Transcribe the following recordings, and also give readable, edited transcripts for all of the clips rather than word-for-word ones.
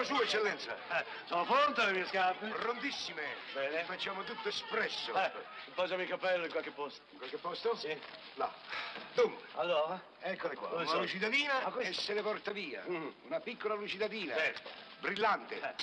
Sono sue, eccellenza. Sono pronte le mie scarpe? Rondissime. Bene. Facciamo tutto espresso. Posami i capelli in qualche posto. In qualche posto? Sì. Là. Dunque, Allora? eccole qua. Dove Una sono? lucidatina Ah, questa? e se le porta via. Una piccola lucidatina. Certo. Brillante.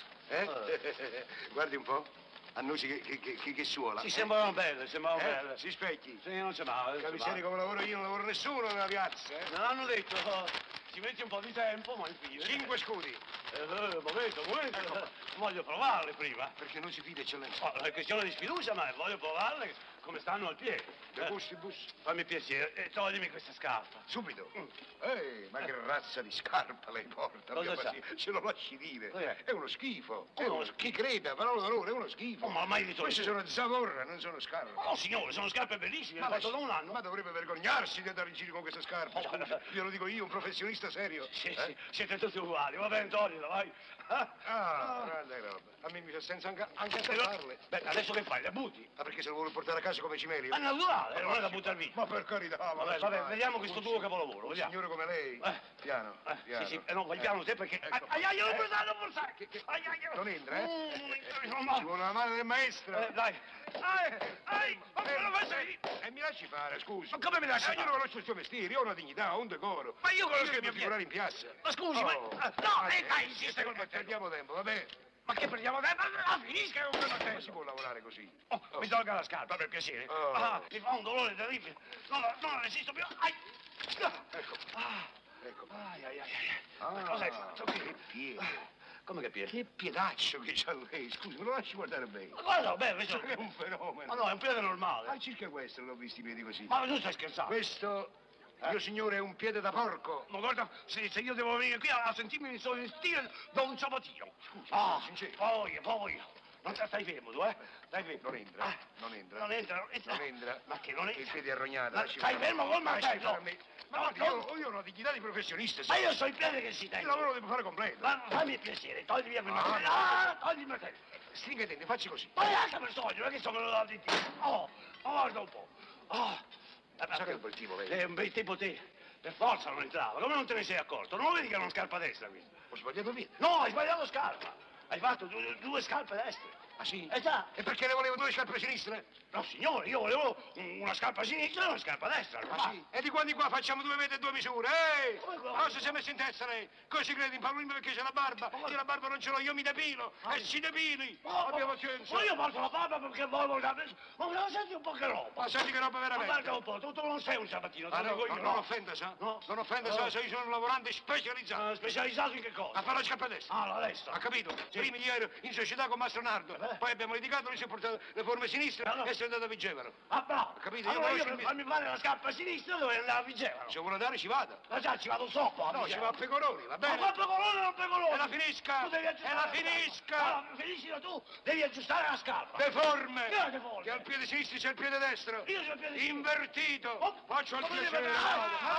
Guardi un po'. Annusi che suola. Sì, sembrano belle, sembrano belle. Si specchi. Sì, non c'è male. Capissieri come lavoro io, non lavoro nessuno nella piazza, Non hanno detto, ci metti un po' di tempo, ma infine. 5 scudi. Momento. Voglio provarle prima. Perché non si fida, eccellenza. È questione di sfiducia, ma voglio provarle come stanno al piede. De gustibus. Fammi piacere e toglimi questa scarpa. Subito. Ma che razza di scarpa lei porta? Cosa Abbia c'ha? pazienza, ce lo lasci dire. Cos'è? È uno schifo. Come uno Chi creda, parola d'onore, è uno schifo. Ma mai di Queste sono zavorra, non sono scarpe. Oh, signore, sono scarpe bellissime, le ho fatto da un anno. Ma dovrebbe vergognarsi di andare in giro con queste scarpe. Scusi, glielo dico io, un professionista serio. Sì, siete tutti uguali. Va bene, toglila, vai. Grande roba. A me mi fa senso anche a farle. Beh, adesso che fai? Le butti? Ma perché se lo vuole portare a casa come cimeli? È naturale, non è da buttare via. Ma per carità, ma Vabbè, vediamo questo tuo capolavoro, Un vediamo. signore come lei. Piano, piano. Sì, no, vai piano te perché... Ecco. Non forzare! Non entra, Ci Ci vuole la mano del maestro. Dai. Ma come lo fai? E mi lasci fare, scusi. Ma come mi lasci Io fare? non conosco il suo mestiere, io ho una dignità, ho un decoro. Ma io conosco il mi mio figurare in piazza. Ma scusi, ma... No, dai, insiste col martello. Perdiamo tempo, va bene? Ma che prendiamo tempo? Ma finisca con quel Ma martello. si può lavorare così? Mi tolga la scarpa, per piacere. Mi fa un dolore terribile. Non resisto più. Ecco. Ecco. Ma cosa hai fatto? Che piede. Come che piede? Che piedaccio che c'ha lei. Scusi, me lo lasci guardare bene. Ma guarda, beh, questo È un fenomeno. Ma no, è un piede normale. Circa questo l'ho visto i piedi così. Ma tu stai scherzando? Questo, mio signore, è un piede da porco. Ma guarda, se io devo venire qui a sentirmi in sono in stile, do un ciabattino. Scusi, sincero. Poi. Non stai fermo tu, Stai fermo. Non entra. Non entra. Non entra. Non entra. Ma che non entra? Il piede è arrognato. Ma stai fermo col martello. Ma guardi, io ho una dignità di professionista. Ma io so il piede che si Il tengo. lavoro lo devo fare completo. Ma fammi il piacere, togli via quel martello. Togli il martello. Stringa i denti, facci così. Ma neanche per sogno, non è che sto me lo dando di te. Ma guarda un po'. Sa che è un bel tipo lei? È un bel tipo te. Per forza non entrava. Come non te ne sei accorto? Non lo vedi che è una scarpa destra qui? Ho sbagliato via. No, hai sbagliato scarpa. Hai fatto due scarpe destre. Ah sì? Già. E perché ne volevo 2 scarpe sinistre? No, signore, io volevo una scarpa sinistra e una scarpa destra. Ah sì? E di qua facciamo 2 vete e 2 misure, Come qua? Cosa si è messo in testa lei? Cosa si crede in Paolino perché c'è la barba? Io la barba non ce l'ho, io mi depilo. E si depili. Abbia pazienza. Ma io porto la barba perché voglio... Ma me la senti un po' che roba. Ma senti che roba Ma veramente? guarda un po', tu non sei un ciabattino, te lo dico io. Non offenda, sa? No. Non offenda, sa, se io sono un lavorante specializzato. Specializzato in che cosa? A fare la scarpa destra. La destra. Ha capito? Prima di ieri in società con Mastro Nardo. Poi abbiamo litigato, lui si è portato le forme sinistre e se è andato a Vigevano. Ah, bravo. Capito? Allora io per farmi fare la scarpa sinistra dovevo andare a Vigevano. Se vuole andare ci vada. Ma già ci vado sopra. No, ci va a Pecoroni, va bene? Ma qua Pecorone o non Pecorone? E la finisca! Tu devi aggiustare. E la finisca! Allora, finiscila tu, devi aggiustare la scarpa. Deforme! Che è deforme? Che al piede sinistro c'è il piede destro! Io c'ho il piede sinistro. Invertito! Oh, Faccio il ma come piacere! deve fare?